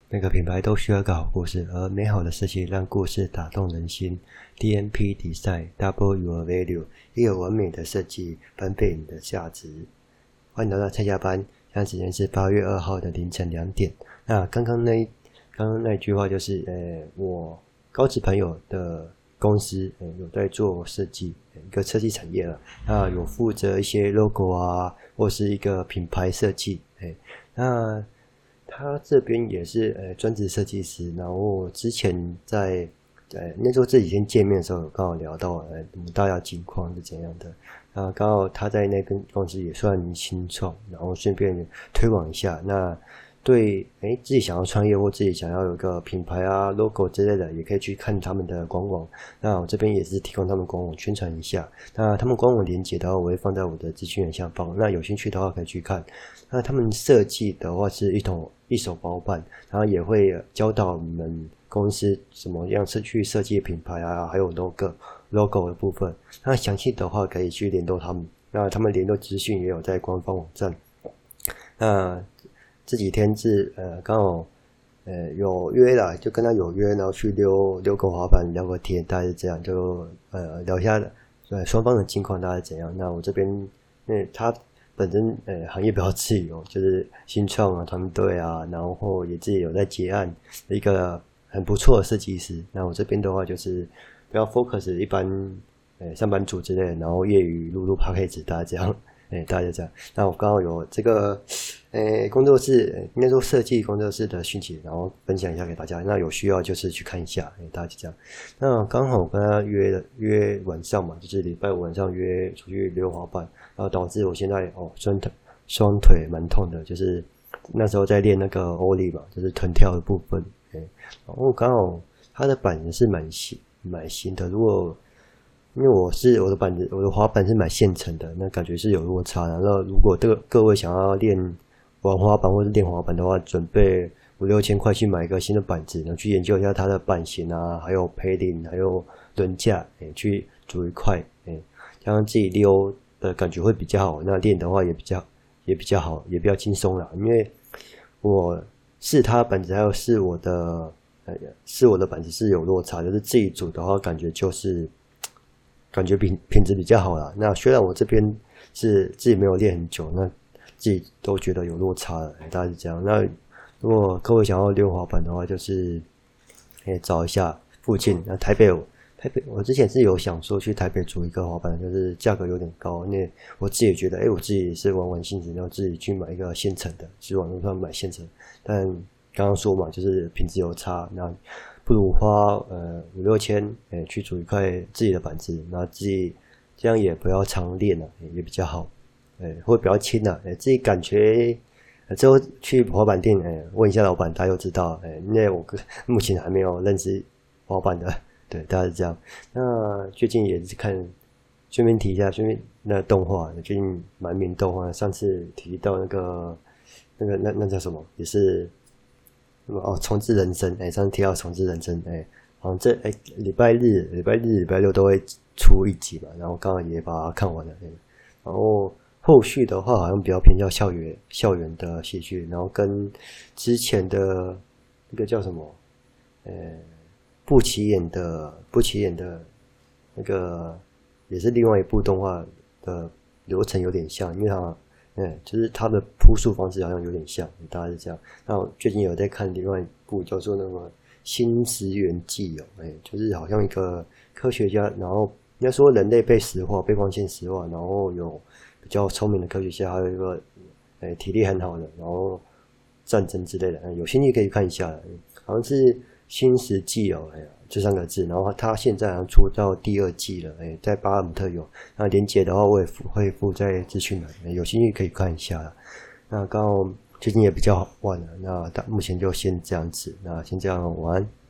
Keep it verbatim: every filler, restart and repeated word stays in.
每个品牌都需要一个好故事，而美好的设计让故事打动人心。D N P Design Double Your Value， 一个完美的设计翻倍你的价值。欢迎来到蔡家班，现在时间是八月二号的凌晨两点。那刚刚那刚刚那句话就是，呃，我高职朋友的公司、呃、有在做设计，一个设计产业了。那有负责一些 logo 啊，或是一个品牌设计。呃、那他这边也是呃专职设计师，然后之前在呃那时候这几天见面的时候，刚好聊到呃我们大家情况是怎样的。那刚好他在那边公司也算新创，然后顺便推广一下。那对诶自己想要创业或自己想要有个品牌啊 logo 之类的，也可以去看他们的官网。那我这边也是提供他们官网宣传一下。那他们官网连结的话，我会放在我的资讯栏下方。那有兴趣的话可以去看。那他们设计的话是一桶一手包办，然后也会教导你们公司怎么样是去设计品牌啊，还有 logo logo 的部分。那详细的话可以去联络他们。那他们联络资讯也有在官方网站。那这几天是呃刚好呃有约啦，就跟他有约，然后去溜溜个滑板，聊个天，大概是这样，就呃聊一下呃双方的近况大概怎样。那我这边因为他本身呃行业比较自由，就是新创啊团队啊，然后也自己有在结案的一个很不错的设计师。那我这边的话就是比较 focus 一般呃上班族之类的，然后业余录录 podcast 大家这样。哎，大家就这样。那我刚好有这个，诶，工作室，应该说设计工作室的讯息，然后分享一下给大家。那有需要就是去看一下，哎，大家就这样。那刚好我跟他约了约晚上嘛，就是礼拜五晚上约出去溜滑板，然后导致我现在哦双腿双腿蛮痛的，就是那时候在练那个欧力嘛，就是臀跳的部分。哎，然后刚好他的板也是蛮新蛮新的，如果因为我是我的板子，我的滑板是买现成的，那感觉是有落差的。那如果这个各位想要练玩滑板或者练滑板的话，准备五六千块去买一个新的板子，然后去研究一下它的板型啊，还有配领，还有轮架，诶，去组一块，诶，这样自己溜的感觉会比较好。那练的话也比较也比较好，也比较轻松啦。因为我试它的板子还有试我的呃试我的板子是有落差，就是自己组的话感觉就是。感觉品品质比较好啦。那虽然我这边是自己没有练很久，那自己都觉得有落差了，大概是这样。那如果各位想要练滑板的话，就是可以找一下附近。那台北有台北，我之前是有想说去台北租一个滑板，就是价格有点高，因为我自己也觉得，哎，我自己是玩玩性质，然后自己去买一个现成的，去网络上买现成。但刚刚说嘛，就是品质有差，那。不如花呃五六千，诶去组一块自己的板子，那自己这样也不要常练了，也比较好，诶会比较轻的，诶自己感觉呃之后去滑板店，诶问一下老板，他就知道，诶因为我目前还没有认识滑板的，对，大概是这样。那最近也是看，顺便提一下，顺便那动画，最近蛮名动画，上次提到那个那个那那叫什么，也是。哦，重置人生，哎，上次提到重置人生，哎，好像这哎礼拜日、礼拜日、礼拜六都会出一集嘛，然后刚好也把它看完了，哎，然后后续的话好像比较偏向校园校园的戏剧，然后跟之前的那个叫什么，呃，不起眼的不起眼的那个也是另外一部动画的流程有点像，因为它。嗯，就是它的铺述方式好像有点像，大概是这样。那我最近有在看另外一部叫做那个《新石原纪》哦，哎，就是好像一个科学家，然后应该说人类被石化，被光线石化，然后有比较聪明的科学家，还有一个哎体力很好的，然后战争之类的，嗯、有兴趣可以看一下，嗯、好像是《新石纪》哦，哎呀。这三个字，然后他现在好像出到第二季了，哎，在巴尔姆特有。那连结的话，我也会附在资讯栏，有兴趣可以看一下。那刚好最近也比较晚了，那目前就先这样子，那先这样，晚安。